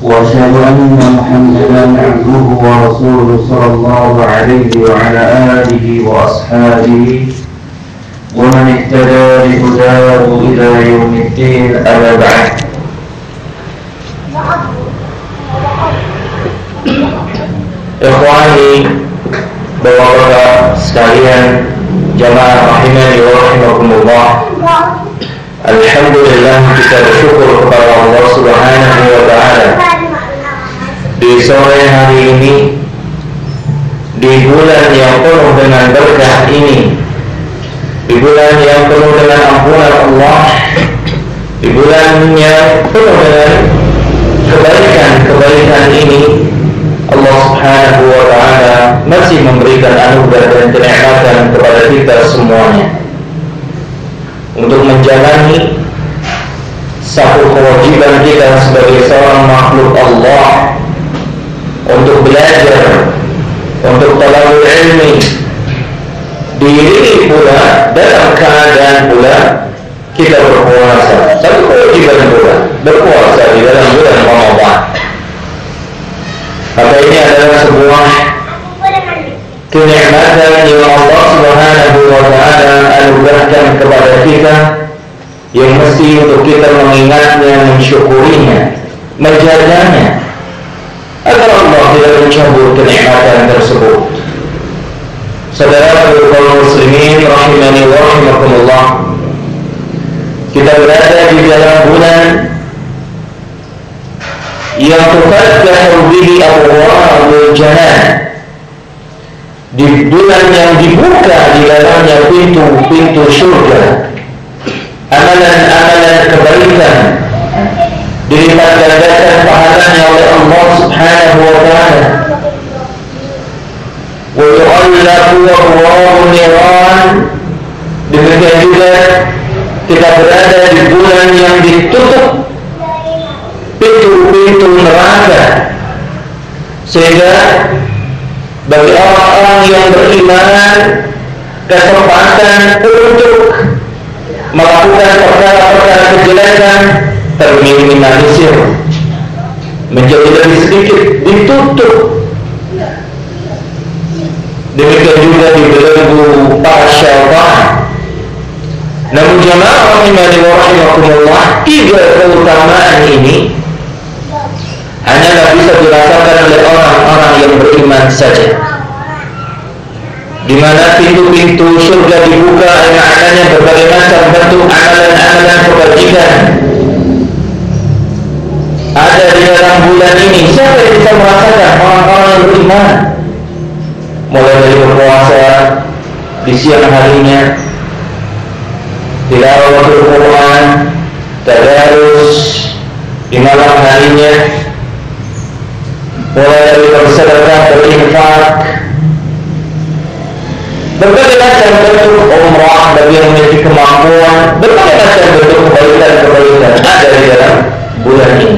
وأشهد أن محمدا عبده ورسوله صلى الله عليه وعلى آله وأصحابه ومن اهتدى بهداه إلى يوم الدين. أما بعد. Ikhwani bapak-bapak sekalian, jamaah rahimani wa rahimakumullah. Alhamdulillah, kita bersyukur kepada Allah Subhanahu wa ta'ala di sore hari ini, di bulan yang penuh dengan berkah ini, di bulan yang penuh dengan ampunan Allah, di bulan yang penuh dengan kebaikan-kebaikan ini, Allah Subhanahu wa ta'ala masih memberikan anugerah dan kenikmatan kepada kita semuanya untuk menjalani satu kewajiban kita sebagai seorang makhluk Allah, untuk belajar, untuk talabul ilmi, diri pula dalam keadaan pula kita berpuasa. Satu kewajiban pula berpuasa di dalam bulan Ramadan. Maka ini adalah sebuah kenikmatan yang Allah Subhanahu wa ta'ala anugerahkan kepada kita, yang mesti untuk kita mengingatnya, mensyukurinya, menjaganya, agar Allah tidak mencabut kenikmatan tersebut. Saudara kaum muslimin rahimani wa rahimakumullah, kita berada di dalam bulan yang tufathahu bihi abwaabul jannah, di bulan yang dibuka di dalamnya pintu-pintu surga. Amalan-amalan kebaikan dilipat gandakan pahalanya oleh Allah Subhanahu wa ta'ala. Wa yu'allaqu abwaabun niran. Demikian juga kita berada di bulan yang ditutup pintu-pintu neraka, sehingga bagi orang-orang yang beriman kesempatan untuk melakukan perkara-perkara kejelekan terminimalisir, menjadi lebih sedikit, ditutup. Demikian juga dibelenggu para syaitan. Namun jamaah rahimani wa rahimakumullah, tiga keutamaan ini hanyalah bisa dirasakan oleh orang-orang yang beriman saja. Di mana pintu-pintu surga dibuka, maknanya berbagai macam bentuk amalan-amalan kebajikan ada di dalam bulan ini. Siapa yang bisa merasakan? Orang-orang yang beriman, mulai dari berpuasa di siang harinya, tilawatul Quran, tadarus di malam harinya, mulai dari bersedekah, berinfak, berbagai macam bentuk umrah bagi yang memiliki kemampuan, berbagai macam bentuk kebaikan-kebaikan ada di dalam bulan ini.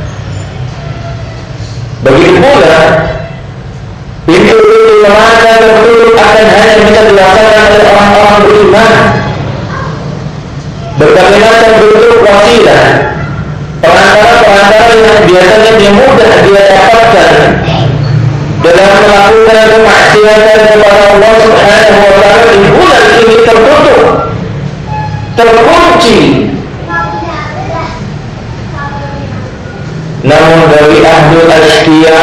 Begitu pula pintu-pintu neraka tertutup akan hanya bisa dilaksanakan oleh orang-orang beriman. Berbagai macam bentuk wasilah, perantara-perantara yang biasanya dia mudah dia dapatkan dalam melakukan kemaksiatan kepada Allah Subhanahu wa ta'ala di bulan ini tertutup, terkunci. Namun bagi ahlul asqiya,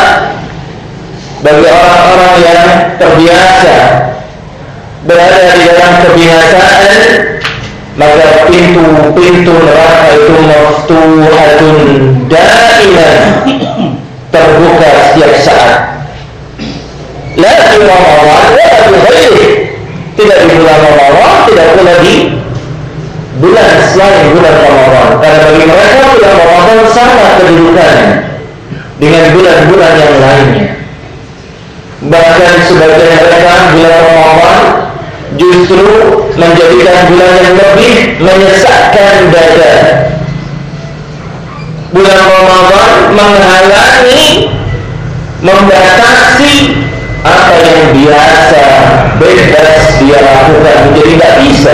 bagi orang-orang yang terbiasa berada di dalam kebiasaan, maka pintu-pintu neraka itu maftuhatun daiman, terbuka setiap saat. La di Ramadan, la di ghairi, tidak di bulan Ramadan, tidak pula di bulan selain bulan Ramadan. Karena bagi mereka bulan Ramadan sama kedudukannya dengan bulan-bulan yang lainnya. Bahkan sebagian mereka bulan Ramadan justru menjadikan bulan yang lebih menyesakkan dada. Bulan Ramadan menghalangi, membatasi apa yang biasa bebas dia lakukan, menjadi tidak bisa.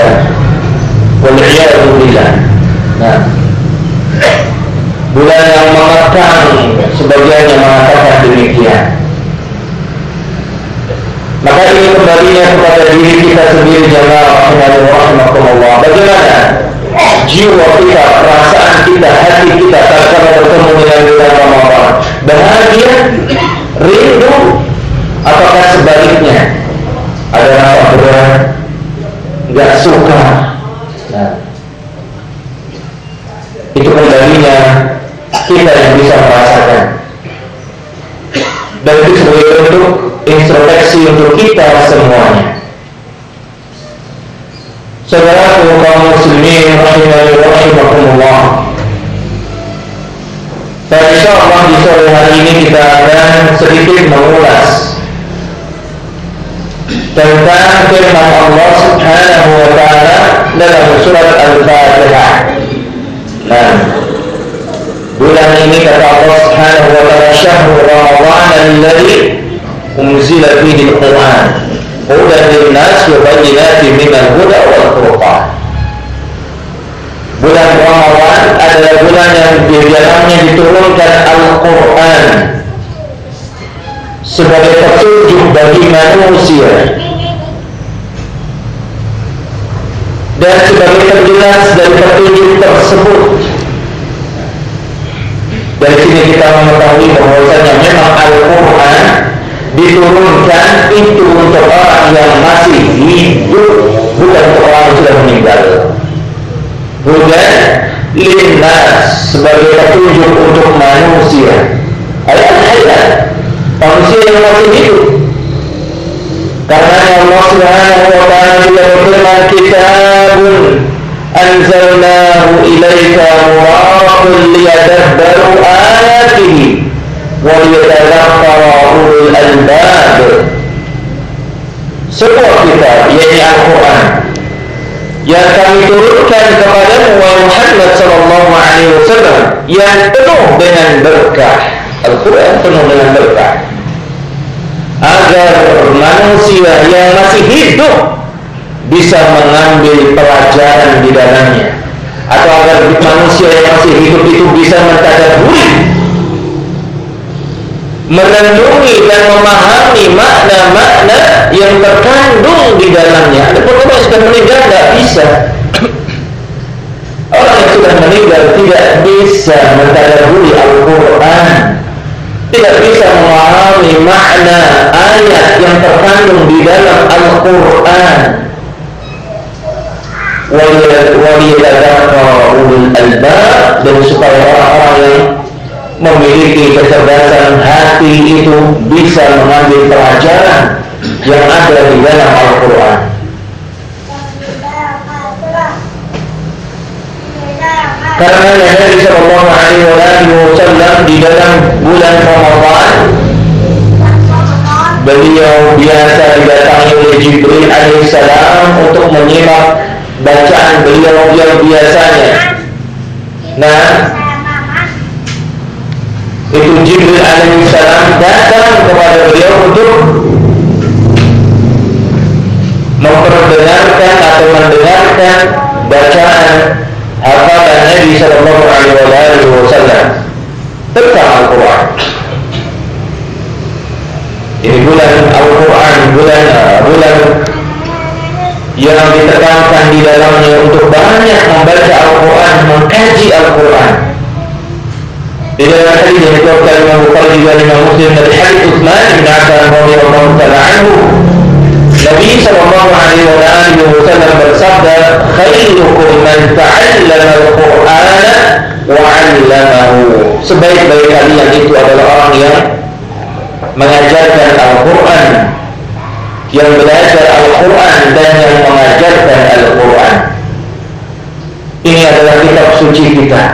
Wal'iyadu billah. Nah, bulan yang mengekang sebagian yang mengatakan demikian. Maka ini kembalinya kepada diri kita sendiri, jamaah rahimakumullah. Bagaimana jiwa kita, perasaan kita, hati kita tatkala bertemu dengan bulan Ramadan? Bahagia, rindu, apakah sebaliknya? Ada rasa berat, nggak suka? Nah, itu kembalinya kita yang bisa merasakan. Dan itu sebagai bentuk introspeksi untuk kita semuanya. Saudara kaum muslimin rahimakumullah. Dan insyaallah di sore hari ini kita akan sedikit mengulas tentang firman Allah Subhanahu wa taala dalam surat Al-Fatihah. Nah, bulan ini kata Allah Subhanahu wa taala, syahrul Ramadan alladzi unzila fihi al-Qur'an hudan lin-nas wa bayyinatin minal huda wal furqan. Bulan Ramadan adalah bulan yang di dalamnya diturunkan Al-Qur'an sebagai petunjuk bagi manusia dan sebagai penjelas dari petunjuk tersebut. Dari sini kita mengetahui bahwasanya memang Al-Quran diturunkan itu untuk orang yang masih hidup, bukan untuk orang yang sudah meninggal. Bukan linnas, sebagai petunjuk untuk manusia. Ayat-ayat manusia yang masih hidup. Karena Allah Subhanahu wa taala juga berfirman, kitabun anzalnahu ilaika mubarakun liyadabbaru ayatihi wa liyatadhakkara ulul albab. Sebuah kitab, yaitu Al-Quran, yang kami turunkan kepadamu wahai Muhammad sallallahu alaihi wasallam, yang penuh dengan berkah. Al-Quran penuh dengan berkah, agar manusia yang masih hidup bisa mengambil pelajaran di dalamnya, atau agar manusia yang masih hidup itu bisa mentadabburi, merenungi dan memahami makna-makna yang terkandung di dalamnya. Adapun orang yang sudah meninggal tidak bisa. Orang yang sudah meninggal tidak bisa mentadabburi Al-Quran, tidak bisa memahami makna ayat yang terkandung di dalam Al-Quran. Waliyadzakkara ulul albab, dan supaya orang-orang yang memiliki kecerdasan hati itu bisa mengambil pelajaran yang ada di dalam Al-Quran. Karena Nabi sallallahu alaihi wasallam di dalam bulan Ramadan beliau biasa didatangi oleh Jibril alaihissalam untuk menyimak bacaan beliau yang biasanya. Nah, itu Jibril alaihissalam datang kepada beliau untuk memperdengarkan atau mendengarkan bacaan hafalan Nabi sallallahu alaihi wasallam tentang Al-Quran. Ini bulan Al-Quran, bulan yang ditekankan di dalamnya untuk banyak membaca Al-Quran, mengkaji Al-Quran. Di dalam hadis yang dikeluarkan Imam Bukhari dan Imam Muslim dari hadis Utsman bin Affan radhiyallahu taala anhu, Nabi sallallahu alaihi wasallam bersabda, khairukum man ta'allama al-Qur'ana wa 'allamahu. Sebaik-baik kalian itu adalah orang yang mengajarkan Al-Quran, yang belajar Al-Quran dan yang mengajarkan Al-Quran. Ini adalah kitab suci kita.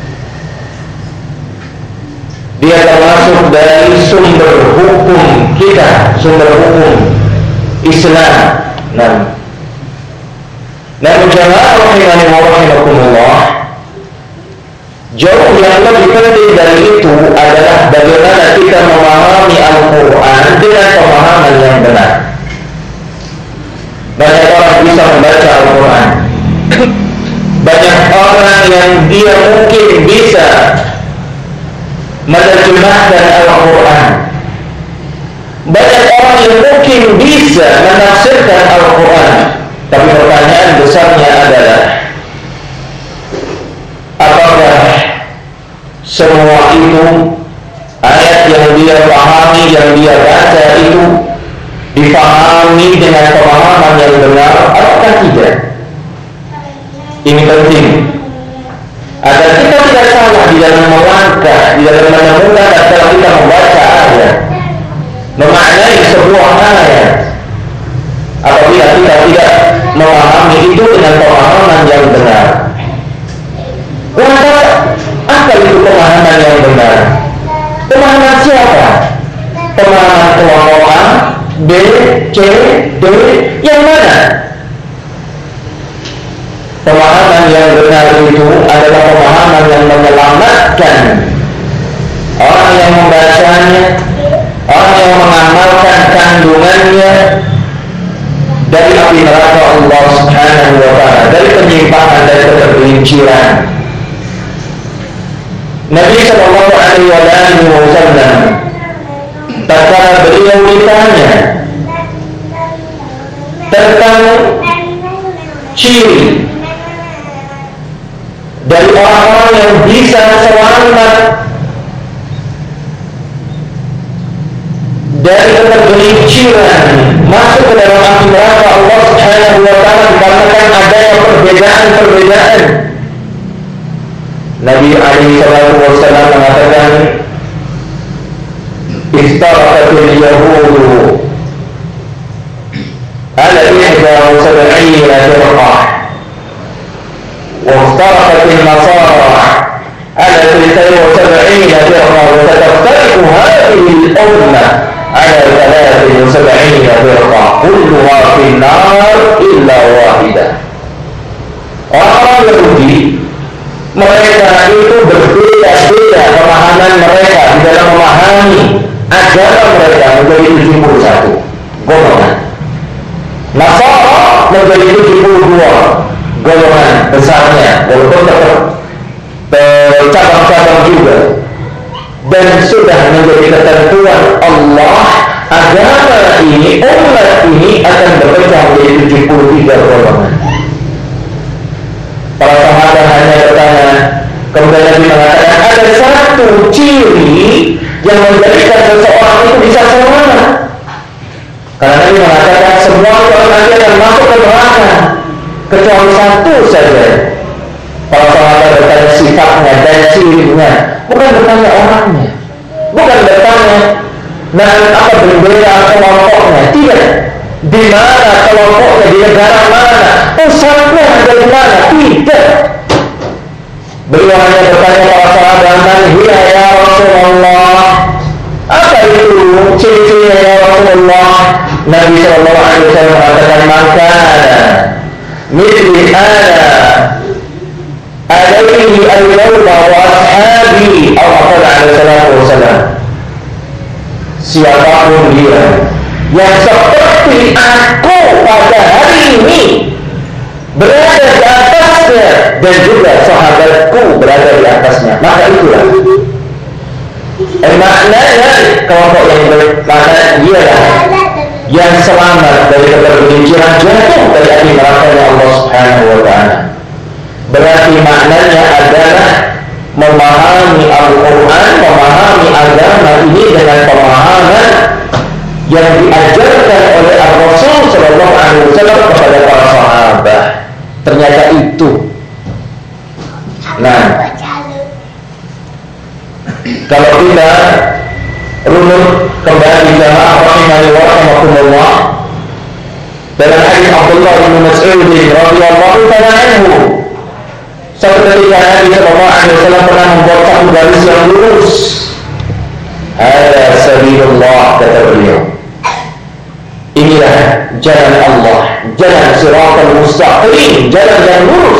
Dia termasuk dari sumber hukum kita, sumber hukum Islam. Namun jamaah rahimani wa rahimakumullah, jauh yang lebih penting dari itu adalah bagaimana kita memahami Al-Quran dengan pemahaman yang benar. Banyak orang bisa membaca Al-Quran, banyak orang yang dia mungkin bisa menerjemahkan Al-Quran. Banyak orang yang mungkin bisa menafsirkan Al-Quran, tapi pertanyaan besarnya adalah apakah semua itu ayat yang dia pahami, yang dia baca itu dipahami dengan pemahaman yang benar ataukah tidak? Ini penting agar kita tidak salah di dalam melangkah, di dalam menemukan atau kita membaca ayat, memaknai sebuah ayat. Apabila kita tidak memahami itu dengan pemahaman yang benar, lantas apa itu pemahaman yang benar? Pemahaman siapa? Pemahaman kelompok A, B, C, D, yang mana? Pemahaman yang benar itu adalah pemahaman yang menyelamatkan orang yang membacanya, orang yang mengamalkan kandungannya dari api neraka Allah Subhanahu wa ta'ala, dari penyimpangan, dari ketergelinciran. Nabi sallallahu alaihi wasallam tatkala beliau ditanya tentang ciri dari orang-orang yang bisa selamat dari ketergelinciran masuk ke dalam api neraka Allah Subhanahu wa ta'ala dikarenakan adanya perbedaan-perbedaan, Nabi alaihi wasallam mengatakan istaraqatil yahudu ala 71 firqah wa istaraqatil nasara ala 73 firqah wa sataftariqu hadhihi al-ummah ala 73 firqah kulluha fin nar illa wahidah. Orang Yahudi mereka itu berbeda-beda pemahaman mereka di dalam memahami agama mereka menjadi 71 golongan. Nasara menjadi 72 golongan besarnya, walaupun tetap cabang-cabang juga. Dan sudah menjadi ketentuan Allah, agama ini, umat ini akan berpecah menjadi 73 golongan. Para sahabat hanya bertanya, kemudian Nabi mengatakan ada satu ciri yang menjadikan seseorang itu bisa selamat. Karena Nabi mengatakan semua orang nanti akan masuk ke neraka kecuali satu saja. Para sahabat bertanya sifatnya dan cirinya, bukan bertanya orangnya, bukan bertanya apa bendera kelompoknya, tidak. Di mana kelompoknya, di negara mana, pusatnya dari mana, tidak. Beliau hanya bertanya para sahabat, man hiya ya Rasulullah, apa itu ciri-cirinya ya Rasulullah? Nabi sallallahu alaihi wasallam mengatakan, maka mithli ana alaihi al-yawma wa ashabi, Allah alaihi wasallam, siapapun dia yang seperti aku pada hari ini berada di atasnya dan juga sahabatku berada di atasnya, maka itulah maknanya kelompok yang bermakna ialah yang selamat dari ketergelinciran jatuh dari api neraka Allah Subhanahu wa ta'ala. Berarti maknanya adalah memahami Al-Quran, memahami agama ini dengan pemahaman yang diajarkan oleh Rasul Sallallahu Alaihi Wasallam kepada para sahabat. Ternyata itu. Nah, kalau kita runut kembali jamaah rahimani wa rahimakumullah, dalam hadis Abdullah bin Mas'ud radhiyallahu ta'ala anhu, suatu ketika Nabi Sallallahu Alaihi Wasallam pernah membuat satu garis yang lurus. Ada sabilullah, kata beliau. Inilah jalan Allah, jalan siratal mustaqim, jalan yang lurus.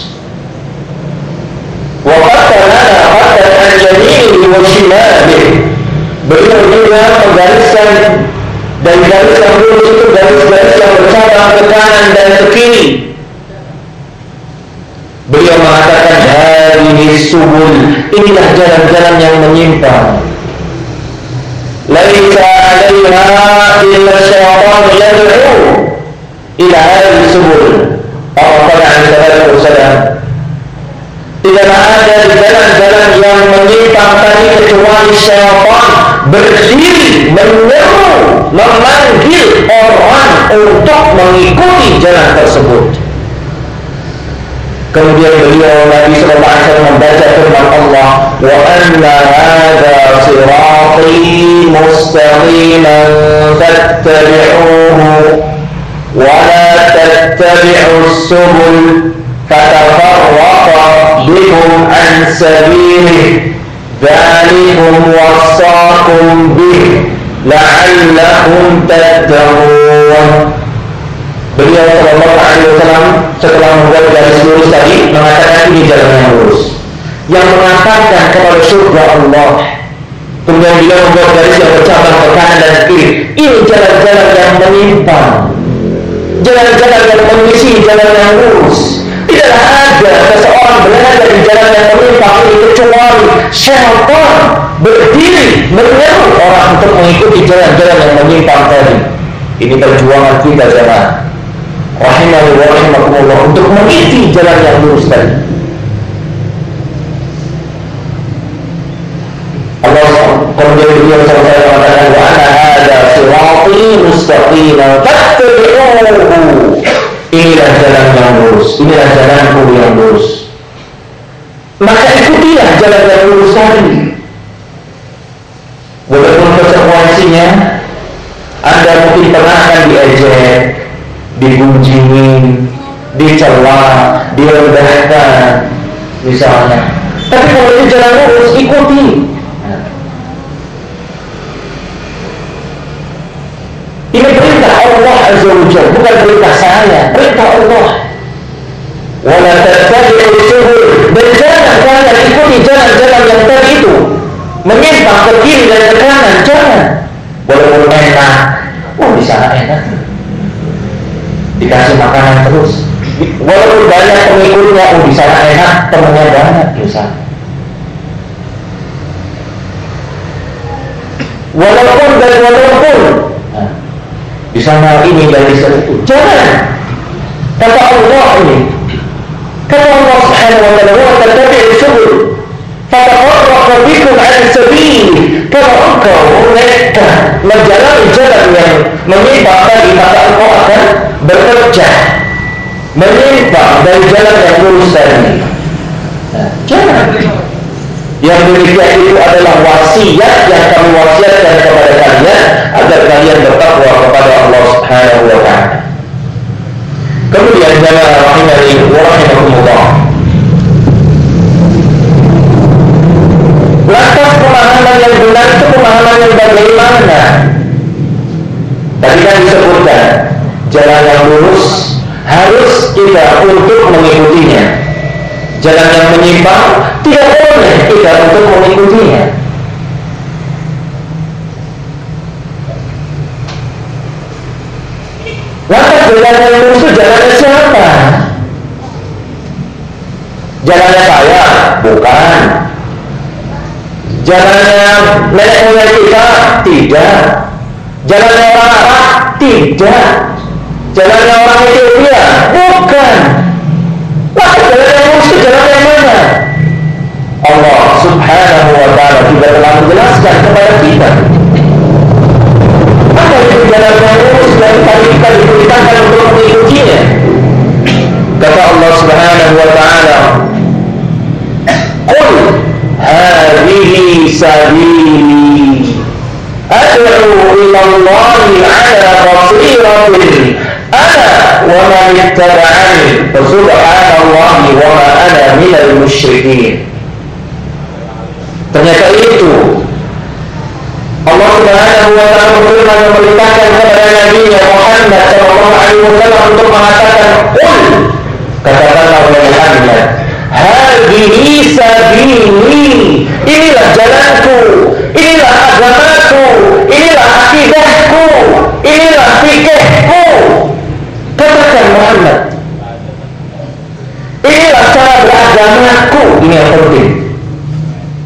Wa qatalana qatan an yaminihi wa shimalihi. Beliau juga menggariskan dari garis yang lurus itu garis-garis yang bercabang ke kanan dan ke kiri. Beliau mengatakan hadhihi subul, inilah jalan-jalan yang menyimpang. Laisa 'alaiha illa syaitan yad'u ila hadhihi subul. Tidaklah ada di jalan-jalan yang menyimpang tadi kecuali syaitan berdiri menyeru, memanggil orang untuk mengikuti jalan tersebut. Kemudian beliau Nabi sallallahu alaihi wasallam membaca firman Allah, wa anna hadza sirati mustaqiman fattabi'uhu wa la tattabi'us subul fatafarraqa bikum an sabilihi dzalikum wasaqum bih la'allakum tattaqun. Beliau sallallahu alaihi wasallam setelah membuat garis lurus tadi mengatakan ini jalan yang lurus yang mengantarkan kepada surga Allah. Kemudian beliau membuat garis yang bercabang ke kanan dan kiri. Ini jalan-jalan yang menyimpang, jalan-jalan yang mengisi jalan yang lurus. Tidaklah ada seseorang berada di jalan yang menyimpang ini kecuali syaitan berdiri menyeru orang untuk mengikuti jalan-jalan yang menyimpang tadi. Ini perjuangan kita jemaah rahimahullah wa rahimakumullah untuk mengisi jalan yang lurus tadi. Allah kemudian beliau SAW mengatakan wa ana hadza sirati mustaqiman fattabi'uhu. Inilah jalan yang lurus, inilah jalanku yang lurus. Maka ikutilah jalan yang lurus tadi. Walaupun konsekuensinya Anda mungkin pernah akan diejek, digunjingin, dicela, direndahkan misalnya. Tapi kalau itu jalan lurus, ikuti. Ini perintah Allah Azza wa Jalla, bukan perintah saya, perintah Allah. Wala tattabi'us subul, dan jangan kalian ikuti jalan-jalan yang tadi itu menyimpang ke kiri dan ke kanan, jangan. Walaupun enak, di sana enak, dikasih makanan terus. Walaupun banyak pengikutnya, di sana enak, temannya banyak di sana. Walaupun di sana ini dan di sana itu, jangan. Kata Allah ini, kata Allah Subhanahu wa taala, wa tattabi'us subul fatafarraqa bikum an sabilihi. Kalau engkau mereka menjalani jalan yang menyimpang tadi, maka engkau akan berpecah, menyimpang dari jalan yang lurus tadi. Jangan. Yang demikian itu adalah wasiat yang kami wasiatkan kepada kalian agar kalian bertakwa kepada Allah Subhanahu wa taala. Kemudian jamaah rahimani wa rahimakumullah. Lantas pemahaman yang benar itu pemahaman yang bagaimana? Tadi kan disebutkan jalan yang lurus harus kita untuk mengikutinya. Jalan yang menyimpang tidak boleh kita untuk mengikutinya. Lantas jalan yang lurus itu jalannya siapa? Jalannya saya? Bukan. Jalannya nenek moyang kita? Tidak. Jalannya orang Arab? Tidak. Jalannya orang Ethiopia? Bukan. Maka jalan yang lurus itu jalan yang mana? Allah Subhanahu wa ta'ala juga telah menjelaskan kepada kita apa itu jalan yang lurus dan kita diperintahkan untuk mengikutinya. Kata Allah Subhanahu wa ta'ala, qul hadhihi sabili ad'u ila Allahi ala basiratin ana wa man ittaba'ani subhanallahi wa ma ana minal musyrikin. Ternyata itu Allah Subhanahu wa ta'ala berfirman memerintahkan kepada Nabi Muhammad sallallahu alaihi wasallam untuk mengatakan, qul, katakanlah wahai Muhammad, hadhihi sabili, inilah jalanku, inilah agamaku, inilah akidahku, inilah fikihku. Katakan Muhammad, inilah cara beragamaku. Ini yang penting.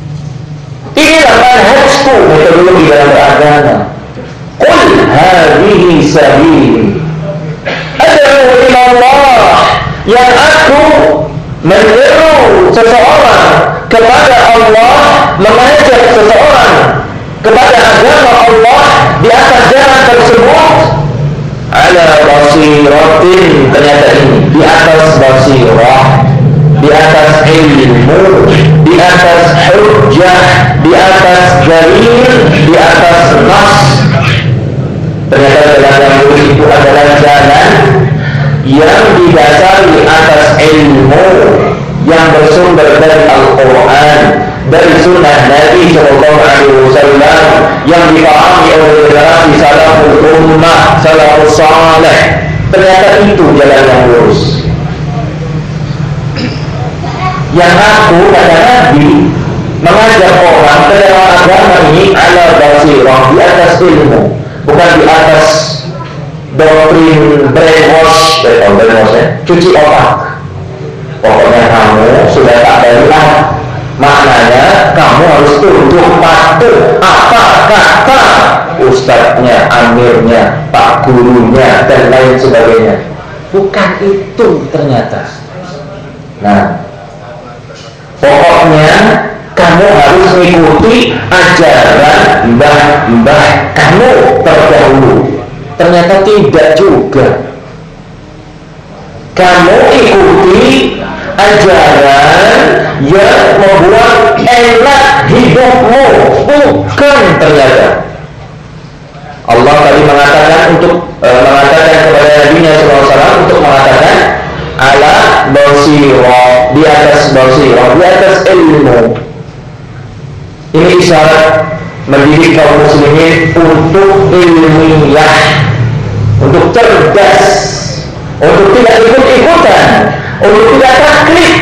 metodologi dalam beragama. Qul hadhihi sabili ad'u ila Allah, yang aku menyeru seseorang kepada Allah, mengajak seseorang kepada agama Allah di atas jalan tersebut. Ala basiratin, ternyata ini di atas basirah, di atas ilmu, di atas hujjah, di atas dalil, di atas nas. Ternyata jalan yang lurus itu adalah jalan yang didasari atas ilmu yang bersumber dari Al-Quran, dari sunnah Nabi Sallallahu Alaihi Wasallam, yang dipahami oleh generasi salaful ummah, salafus saleh. Ternyata itu jalan yang lurus. Yang aku kata Nabi mengajak orang ke dalam agama ini ala basirah, di atas ilmu, bukan di atas doktrin brainwash, cuci otak. Pokoknya kamu sudah tak berilah, maknanya kamu harus tunduk patuh apa kata ustadznya, amirnya, pak gurunya, dan lain sebagainya. Bukan itu ternyata. Nah, pokoknya kamu harus mengikuti ajaran mbah-mbah kamu terdahulu. Ternyata tidak juga. Kamu ikuti ajaran yang membuat enak hidupmu, bukan ternyata. Allah tadi mengatakan mengatakan kepada Nabi-Nya SAW untuk mengatakan ala basirah, di atas basirah, di atas ilmu. Ini isyarat mendidik kaum muslimin untuk ilmiah, untuk cerdas, untuk tidak ikut-ikutan, untuk tidak taklid,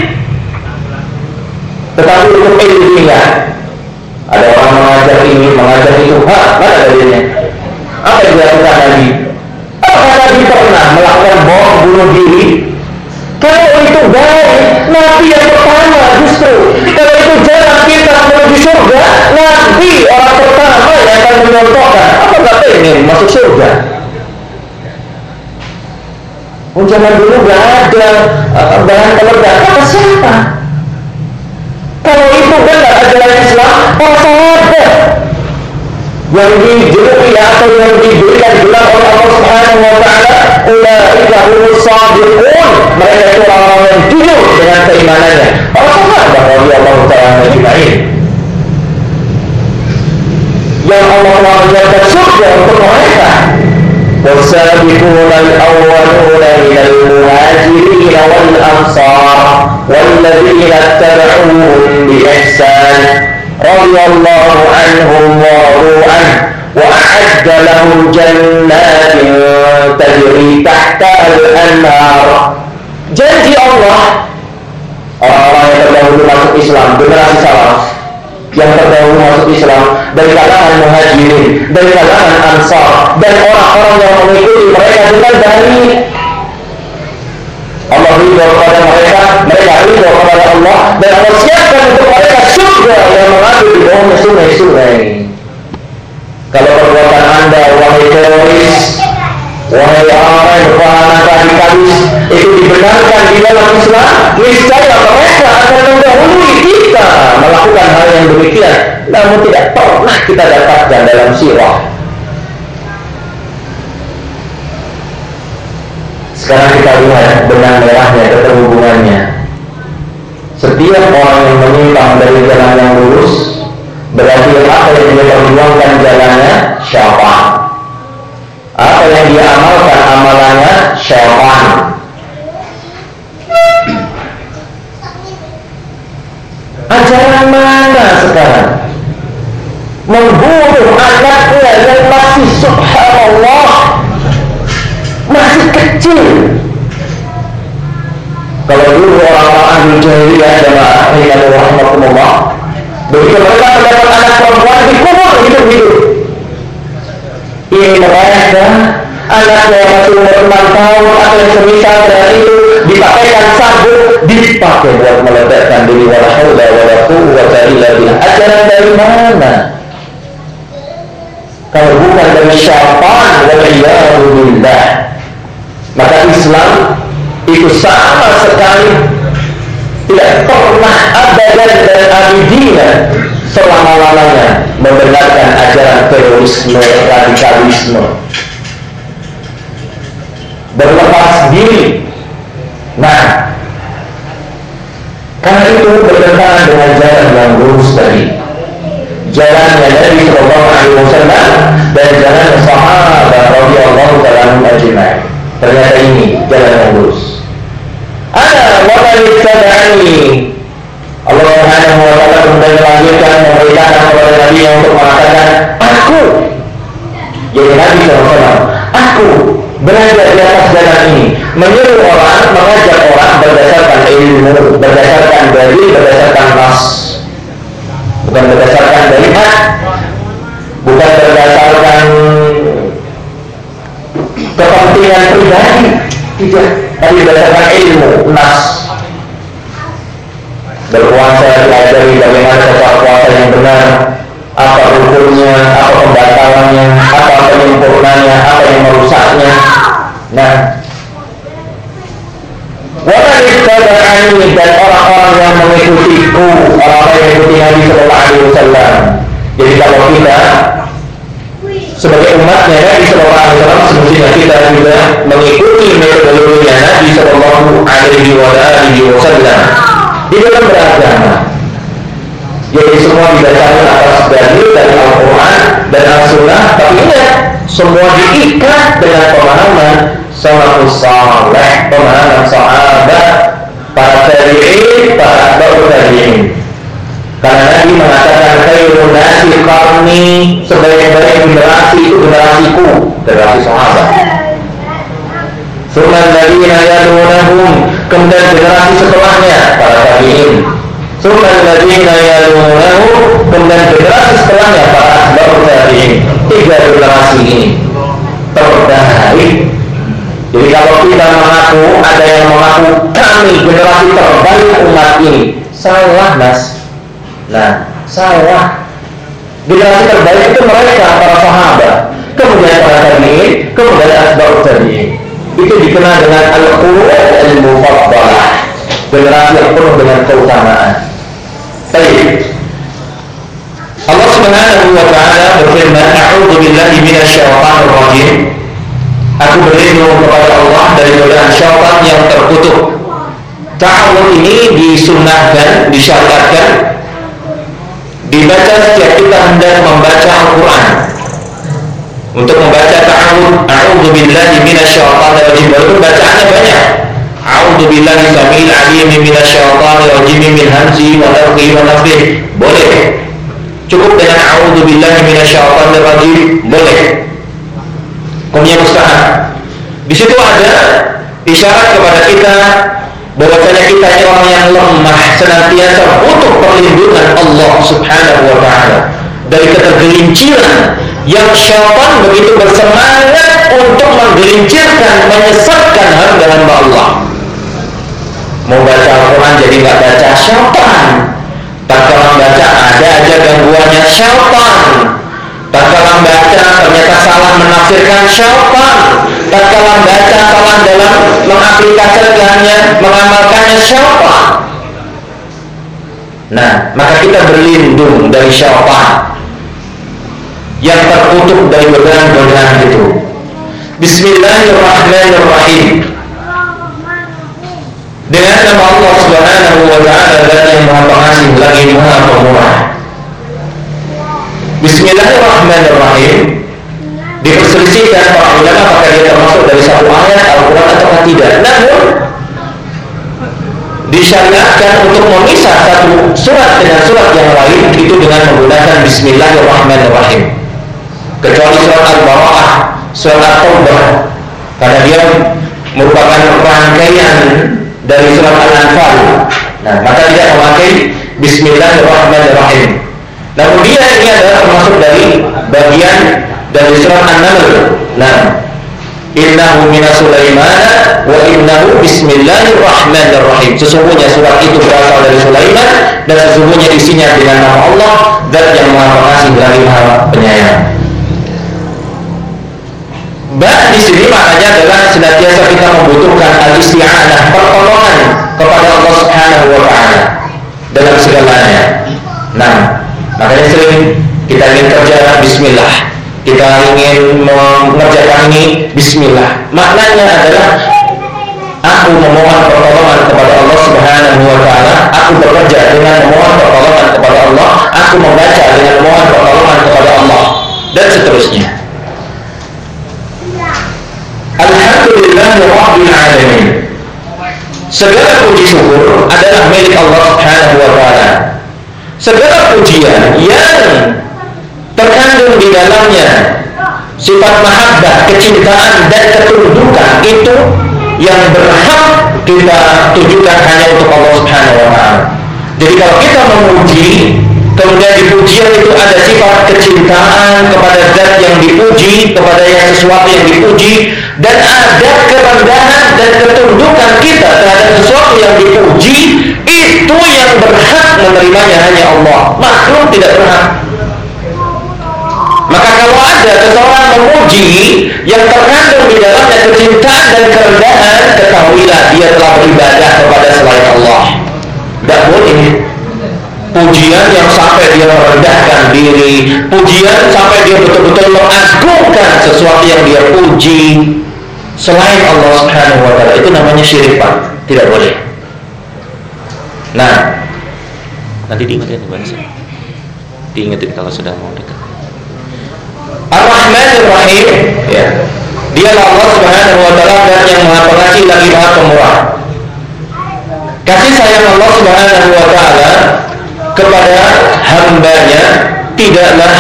tetapi untuk ilmiah. Ada orang mengajar ini, mengajar itu, mana dalilnya? Apa yang dilakukan Nabi? Apakah Nabi pernah melakukan bom bunuh diri? Kalau itu baik, Nabi yang pertama justru. Kalau itu jalan kita menuju surga, Nabi orang pertama yang akan menyontohkan. Apa nggak pengen masuk surga? Zaman dulu nggak ada bahan peledak. Kata siapa? Kalau itu benar ajaran Islam, para sahabat yang dijuluki atau yang diberikan gelar oleh Allah Subhanahu wa taala, ulaika humus shadiqun, mereka itu orang-orang yang jujur dengan keimanannya. Para sahabat radhiyallahu ta'ala ajma'in, yang Allah menyediakan surga untuk mereka. والسابقون الأولون من المهاجرين والأنصار والذين اتبعوهم بإحسان رضي الله عنهم ورضوا عنه وأعد لهم جنات تجري تحتها الأنهار. Janji Allah, orang-orang yang terdahulu masuk Islam, generasi salaf yang terdahulu masuk Islam dari kalangan muhajirin, dari kalangan ansar, dan orang-orang yang mengikuti mereka dengan baik. Allah ridho kepada mereka, mereka ridho kepada Allah, dan Allah siapkan untuk mereka surga yang mengalir di bawahnya sungai-sungai. Kalau perbuatan Anda, wahai teroris, wahai orang yang berpaham radikalis, itu dibenarkan di dalam Islam, niscaya mereka akan mendahului kita melakukan hal yang demikian, namun tidak pernah kita dapatkan dalam sirah. Sekarang kita lihat benang merahnya, keterhubungannya. Setiap orang yang menyimpang dari jalan yang lurus, berarti apa yang dia perjuangkan jalannya syaitan. Apa yang dia amalkan amalannya syaitan. Ajaran mana sekarang? Membunuh anaknya yang masih subhanallah, masih kecil. Kalau dulu orang-orang ahli jahiliyah jamaah rahimahumullah, begitu mereka mendapat anak perempuan dikubur hidup-hidup. Ini mereka anaknya yang masih umur 6 tahun atau yang semisal dari itu dipakaikan sabuk, dipakai buat meledakkan diri. Wala haula wala quwwata illa billah. Ajaran dari mana? dari syaitan waliyadu billah. Maka Islam itu sama sekali tidak pernah abadan dan abidina selama-lamanya membenarkan ajaran terorisme, radikalisme, berlepas diri. Nah, karena itu bertentangan dengan jalan yang lurus tadi, jalannya Nabi Sallallahu Alaihi Wasallam dan jalan sahabat radhiyallahu ta'ala anhum ajma'in. Ternyata ini jalan yang lurus. Ana wa man ittaba'ani. Allah Subhanahu wa taala kemudian melanjutkan memberitakan kepada Nabi untuk mengatakan, aku, yaitu Nabi SAW, aku berada di atas jalan ini, menyuruh orang, mengajak orang berdasarkan ilmu, berdasarkan dalil, berdasarkan nas, bukan berdasarkan dalihat, bukan berdasarkan kepentingan pribadi, tidak, tapi berdasarkan ilmu, nas. Berpuasa diajari bagaimana cara puasa yang benar, apa rukunnya, apa pembatalannya, apa penyempurnanya, apa yang merusaknya. Nah, waman ittaba'ani, dan orang-orang yang mengikutiku, orang-orang yang mengikuti Nabi Sallallahu Alaihi Wasallam. Jadi kalau kita sebagai umatnya Nabi Sallallahu Alaihi Wasallam, semestinya kita juga mengikuti metodologinya Nabi Sallallahu Alaihi Wasallam di dalam beragama. Jadi semua didasarkan atas dalil dari Al-Quran dan Al-Sunnah, tapi ingat, semua diikat dengan pemahaman salafus saleh, pemahaman sahabat, para tabi'in, para atba'ut tabi'in. Karena Nabi mengatakan khairun nasi qarni, sebaik-baik generasi itu generasiku, generasi sahabat. Tsumma alladziina yalunahum, kemudian generasi setelahnya para tabi'in. Tsumma alladziina yalunahum, kemudian generasi setelahnya para atba'ut tabi'in. 3 generasi ini terbaik. Jadi kalau kita mengaku, ada yang mengaku kami generasi terbaik umat ini, salah mas. Nah, salah. Generasi terbaik itu mereka, para sahabat, kemudian para tabi'in, kemudian atba'ut tabi'in. Itu dikenal dengan al-qurun al-mufaddalah, generasi yang penuh dengan keutamaan. Baik. Allah Subhanahu wa taala berfirman, "A'udzu billahi minasyaitonir rajim." Aku berlindung kepada Allah dari godaan syaitan yang terkutuk. Ta'awudz ini disunnahkan, disyariatkan dibaca setiap kita hendak membaca Al-Quran. Untuk membaca ta'awudz, a'udzu billahi minasyaitonir rajim, itu bacaannya banyak. A'udzu billahi samil alim minasyaitonir rajim min hamzihi wa nafthihi wa nafthihi. Boleh. Cukup dengan a'udzu billahi minasyaitonir rajim, boleh. Hukumnya mustahab. Di situ ada isyarat kepada kita bahwasanya kita ini orang yang lemah, senantiasa butuh perlindungan Allah Subhanahu wa taala dari ketergelinciran yang syaitan begitu bersemangat untuk menggelincirkan, menyesatkan hamba-hamba Allah. Mau baca Al-Quran jadi nggak baca, syaitan. Tatkala baca ada aja gangguannya, syaitan. Tatkala baca ternyata salah menafsirkan, syaitan. Tatkala baca salah dalam mengaplikasikannya, mengamalkannya, syaitan. Nah, maka kita berlindung dari syaitan yang terkutuk dari godaan-godaan itu. Bismillahirrahmanirrahim. Dengan nama Allah Subhanahu wa taala, Zat yang Maha Pengasih lagi Maha Pemurah. Bismillahirrahmanirrahim. Diperselisihkan para ulama apakah dia termasuk dari satu ayat Al-Quran atau tidak. Namun disyariatkan untuk memisah satu surat dengan surat yang lain itu dengan menggunakan Bismillahirrahmanirrahim. Kecuali surat Al-Baqarah, surat At-Taubah, karena dia merupakan rangkaian dari surat Al-Anfal. Nah, maka tidak memakai Bismillahirrahmanirrahim. Namun dia ini adalah termasuk dari bagian dari surat An-Naml. Nah, innahu minas Sulaiman wa innahu bismillahirrahmanirrahim. Sesungguhnya surat itu berasal dari Sulaiman dan sesungguhnya isinya dengan nama Allah, Zat yang Maha Pengasih lagi Maha Penyayang. makanya adalah senantiasa kita membutuhkan al-isti'anah, pertolongan kepada Allah Subhanahu wa taala dalam segalanya. Nah, makanya sering kita ingin kerja bismillah, kita ingin mengerjakan ini bismillah. Maknanya adalah aku memohon pertolongan kepada Allah Subhanahu wa taala, aku bekerja dengan memohon pertolongan kepada Allah, aku membaca dengan memohon pertolongan kepada Allah, dan seterusnya. Alhamdulillahirabbil alamin. Segala puji syukur adalah milik Allah Subhanahu wa taala. Segala pujian yang terkandung di dalamnya sifat mahabbah, kecintaan dan ketundukan itu yang berhak kita tujukan hanya untuk Allah Subhanahu wa taala. Jadi kalau kita memuji, kemudian di pujian itu ada sifat kecintaan kepada zat yang dipuji, kepada yang sesuatu yang dipuji, dan ada kerendahan dan ketundukan kita terhadap sesuatu yang dipuji, itu yang berhak menerimanya hanya Allah. Makhluk tidak berhak. Maka kalau ada seseorang memuji yang terkandung di dalamnya kecintaan dan kerendahan, ketahuilah dia telah beribadah kepada selain Allah. Tidak boleh pujian yang sampai dia merendahkan diri, pujian sampai dia betul-betul mengagungkan sesuatu yang dia puji selain Allah Subhanahu wa taala. Itu namanya syirik, Pak. Tidak boleh. Nah, nanti diingetin bahasa. Diingetin kalau sudah mau dekat. Ar-Rahmanir Rahim, ya. Dialah Allah Subhanahu wa taala dan yang Maha Pengasih lagi Maha Pemurah. Kasih sayang Allah Subhanahu wa taala kepada hambanya tidaklah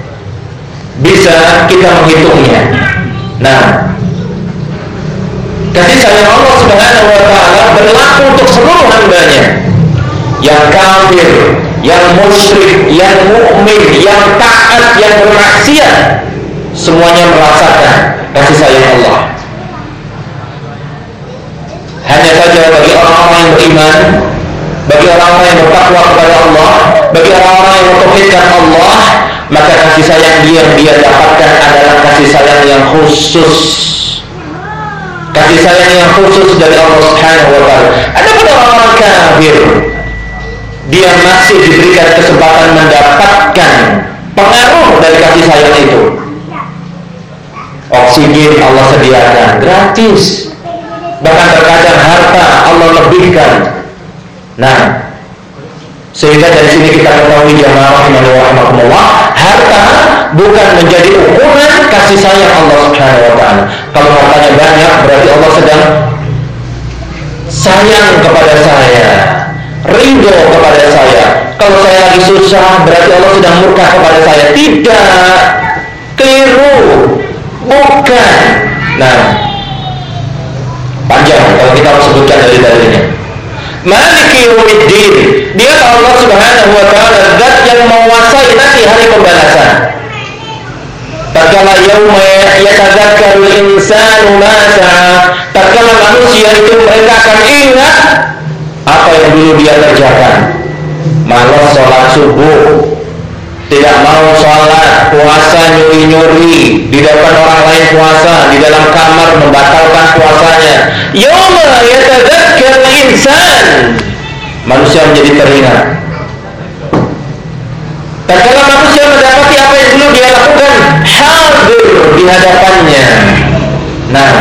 bisa kita menghitungnya. Nah, kasih sayang Allah Subhanahu wa taala berlaku untuk seluruh hambanya, yang kafir, yang musyrik, yang mukmin, yang taat, yang bermaksiat, semuanya merasakan kasih sayang Allah. Hanya saja bagi orang-orang yang beriman, bagi orang-orang yang bertakwa kepada Allah, bagi orang-orang yang mentauhidkan Allah, maka kasih sayang yang dia dapatkan adalah kasih sayang yang khusus. Kasih sayang yang khusus dari Allah Subhanahu wa taala. Ada pada orang-orang kafir, dia masih diberikan kesempatan mendapatkan pengaruh dari kasih sayang itu. Oksigen Allah sediakan gratis, bahkan terkadang harta Allah lebihkan. Nah, sehingga dari sini kita ketahui jamaah rahimahumullah, harta bukan menjadi ukuran kasih sayang Allah Subhanahu wa taala. Kalau hartanya banyak berarti Allah sedang sayang kepada saya, ridho kepada saya. Kalau saya lagi susah berarti Allah sedang murka kepada saya. Tidak, keliru, bukan. Nah, panjang kalau kita harus sebutkan dari dalilnya. Maliki yaumiddin, dia Allah Subhanahu wa taala zat yang menguasai nanti hari pembalasan. Tatkala yauma yatadzakkarul insanu ma sa'a, tatkala manusia itu mereka akan ingat apa yang dulu dia kerjakan. Malas sholat subuh, tidak mau sholat, puasa nyuri-nyuri di depan orang lain, puasa di dalam kamar membatalkan puasanya. Yauma yatadzakkarul insan, manusia menjadi teringat. Tatkala manusia mendapati apa yang dulu dia lakukan hadir di hadapannya. Nah,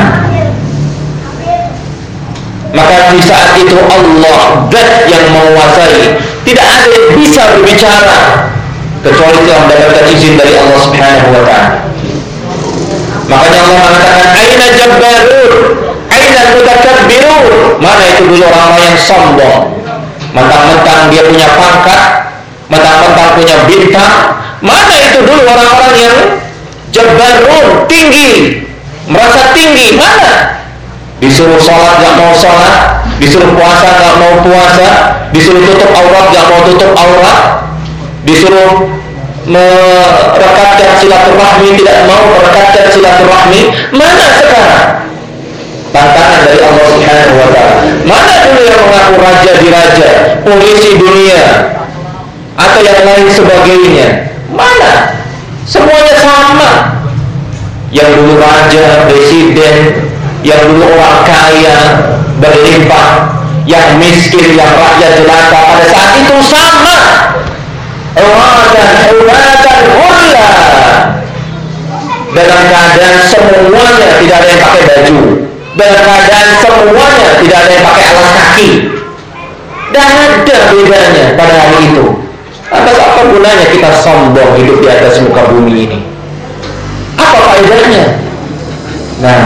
maka di saat itu Allah zat yang menguasai, tidak ada yang bisa berbicara kecuali telah mendapatkan izin dari Allah Subhanahu wa taala. Makanya Allah mengatakan aina jabbarun, aina mutakabbirun. Mana itu dulu orang-orang yang sombong, mentang-mentang dia punya pangkat, mentang-mentang punya bintang. Mana itu dulu orang-orang yang jabbarun, tinggi, merasa tinggi. Mana? Disuruh sholat gak mau sholat, disuruh puasa gak mau puasa, disuruh tutup aurat gak mau tutup aurat, disuruh merekatkan silaturahmi tidak mau merekatkan silaturahmi. Mana sekarang? Tantangan dari Allah Subhanahu wa taala. Mana dulu yang mengaku raja di raja, polisi dunia atau yang lain sebagainya? Mana? Semuanya sama. Yang dulu raja, presiden, yang dulu orang kaya berlimpah, yang miskin, yang rakyat jelata, pada saat itu sama. Uratan hulla, dalam keadaan semuanya tidak ada yang pakai baju, dalam keadaan semuanya tidak ada yang pakai alas kaki. Dan ada bedanya pada hari itu. Atas apa gunanya kita sombong hidup di atas muka bumi ini? Apa faedahnya? Nah,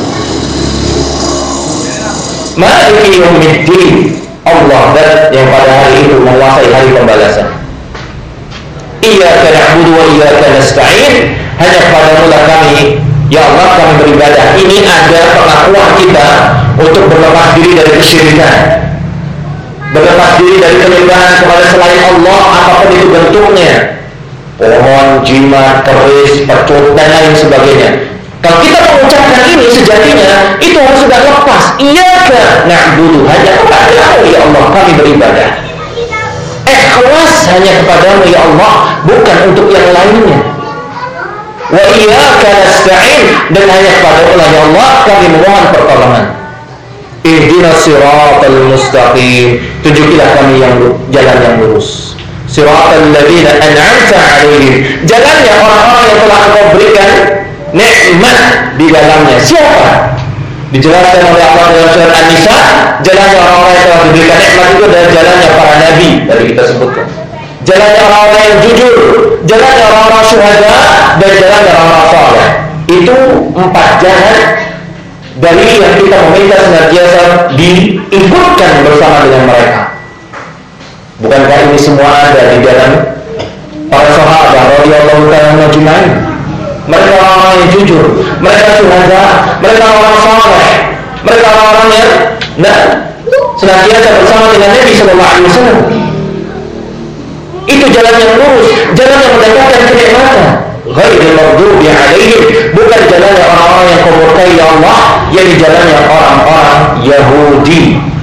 Maliki yaumiddin, Allah dan yang pada hari itu menguasai hari pembalasan. Iyyaka na'budu wa iyyaka nasta'in, hanya kepadamu lah kami, ya Allah, kami beribadah. Ini ada pengakuan kita untuk berlepas diri dari kesyirikan, berlepas diri dari penyembahan kepada selain Allah, apapun itu bentuknya, pohon, jimat, keris, pecut, dan lain sebagainya. Kalau kita mengucapkan ini, sejatinya itu harus sudah lepas. Iyyaka na'budu, hanya kepadamu ya Allah kami beribadah. Ikhlas hanya kepadamu ya Allah, bukan untuk yang lainnya. Wa iyyaka nasta'in, dan hanya kepadamu ya Allah kami memohon pertolongan. Ihdinas siratal mustaqim, tunjukilah kami yang jalan yang lurus. Siratal ladzina an'amta 'alaihim, jalannya orang-orang yang telah Engkau berikan nikmat di dalamnya. Siapa? Dijelaskan oleh Allah dalam surat An-Nisa, jalannya orang-orang yang telah diberikan nikmat itu adalah jalannya para nabi, tadi kita sebutkan. Jalannya orang-orang yang jujur, jalannya orang-orang syuhada, dan jalannya orang-orang saleh. Itu 4 jalan dari yang kita meminta senantiasa diikutkan bersama dengan mereka. Bukankah ini semua ada di dalam para sahabat radhiyallahu ta'ala ajma'in? Mereka orang-orang yang jujur, mereka syuhada, mereka orang saleh, mereka orang-orang yang senantiasa bersama dengan Nabi sallallahu alaihi wasallam. Itu jalan yang lurus, jalan yang mendapatkan kenikmatan. Ghairil maghdubi alaihim, bukan jalannya orang-orang yang kau murkai ya Allah, yaitu jalannya orang-orang Yahudi,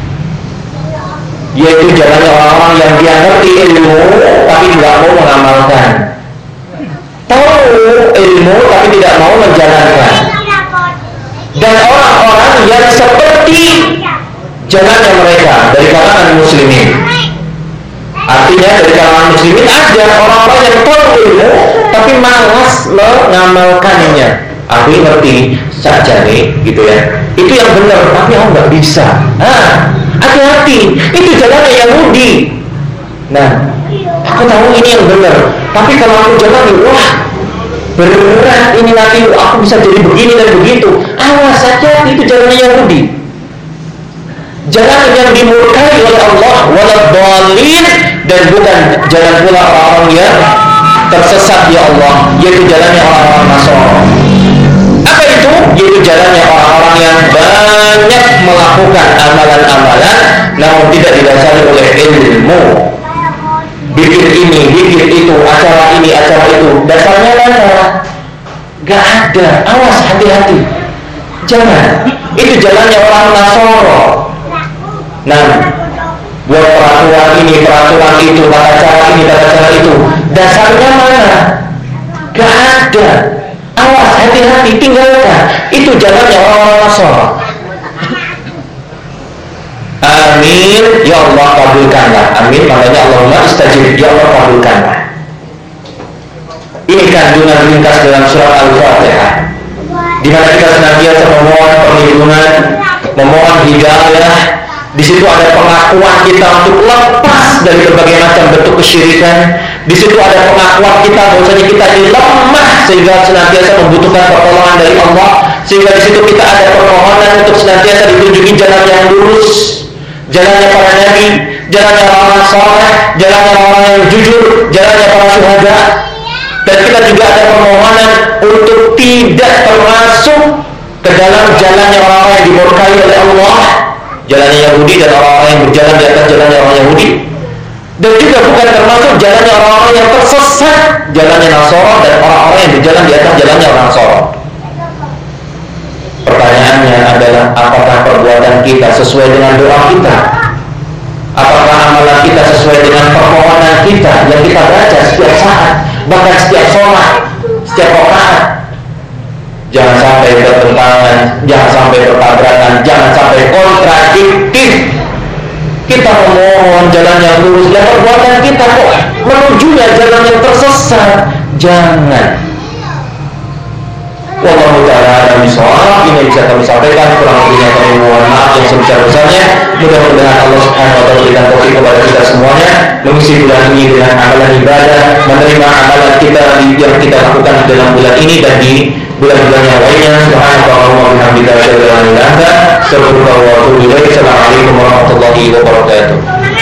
yaitu jalannya orang-orang yang dia ngerti ilmu tapi tidak mau mengamalkan, tahu ilmu tapi tidak mau menjalankan, dan orang-orang yang seperti jalannya mereka dari kalangan muslimin. Artinya dari kalangan muslimin ada orang-orang yang tahu ilmu tapi malas mengamalkannya. Aku ngerti saja nih, gitu ya. Itu yang benar, tapi aku nggak bisa. Hati-hati, itu jalannya Yahudi. Nah, aku tahu ini yang benar, tapi kalau aku jalani, wah berat ini, nanti aku bisa jadi begini dan begitu. Awas saja, itu jalannya Yahudi. Jalan yang dimurkai oleh Allah, waladhdallin, dan bukan jalan pula orang-orang yang tersesat ya Allah, yaitu jalannya orang-orang Nasara. Apa itu? Yaitu jalannya orang-orang yang banyak melakukan amalan-amalan namun tidak didasari oleh ilmu. Bikin ini, bikin itu, acara ini, acara itu, dasarnya mana? Gak ada. Awas, hati-hati. Jangan. Itu jalannya orang Nasara. Nah, buat peraturan ini, peraturan itu, tata cara ini, tata cara itu, dasarnya mana? Gak ada. Awas, hati-hati, tinggalkan. Itu jalannya orang-orang Nasara. Amin, ya Allah kabulkanlah. Amin, makanya Allahumma istajib, ya Allah kabulkanlah. Ini kandungan ringkas dalam surat Al-Fatihah, di mana kita senantiasa memohon perlindungan, memohon hidayah. Di situ ada pengakuan kita untuk lepas dari berbagai macam bentuk kesyirikan. Di situ ada pengakuan kita bahwasanya kita ini lemah sehingga senantiasa membutuhkan pertolongan dari Allah. Sehingga di situ kita ada permohonan untuk senantiasa ditunjuki jalan yang lurus, jalannya para nabi, jalannya orang saleh, jalannya orang yang jujur, jalannya para syuhada. Dan kita juga ada permohonan untuk tidak termasuk ke dalam jalannya orang-orang yang dimurkai oleh Allah, jalannya Yahudi dan orang-orang yang berjalan di atas jalannya orang Yahudi, dan juga bukan termasuk jalannya orang-orang yang tersesat, jalannya Nasara, dan orang-orang yang berjalan di atas jalannya orang Nasara. Pertanyaannya adalah, apakah perbuatan kita sesuai dengan doa kita? Apakah amalan kita sesuai dengan permohonan kita yang kita baca setiap saat, bahkan setiap sholat, setiap rakaat? Jangan sampai sampai bertentangan, jangan sampai bertabrakan, jangan sampai kontradiktif. Kita memohon jalan yang lurus, dan perbuatan kita kok menujunya jalan yang tersesat. Jangan. Wallahu ta'ala bishawab. Ini bisa kami sampaikan, kurang lebihnya kami mohon maaf yang sebesar-besarnya. Mudah-mudahan Allah Subhanahu wa ta'ala berikan taufik kepada kita semuanya mengisi bulan ini dengan amalan ibadah, menerima amalan kita yang kita lakukan di dalam bulan ini dan di bulan-bulan yang lainnya. Subhanallahumma wa bihamdika asyhadu an la ilaha illa anta astaghfiruka wa atubu ilaik. Assalamualaikum warahmatullahi wabarakatuh.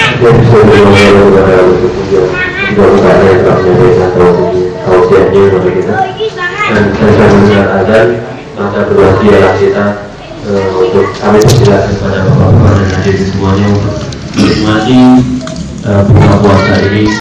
Dan saya ada maka berbahagialah kita untuk kami persilakan kepada bapak-bapak dan hadirin semuanya untuk menikmati buka puasa ini.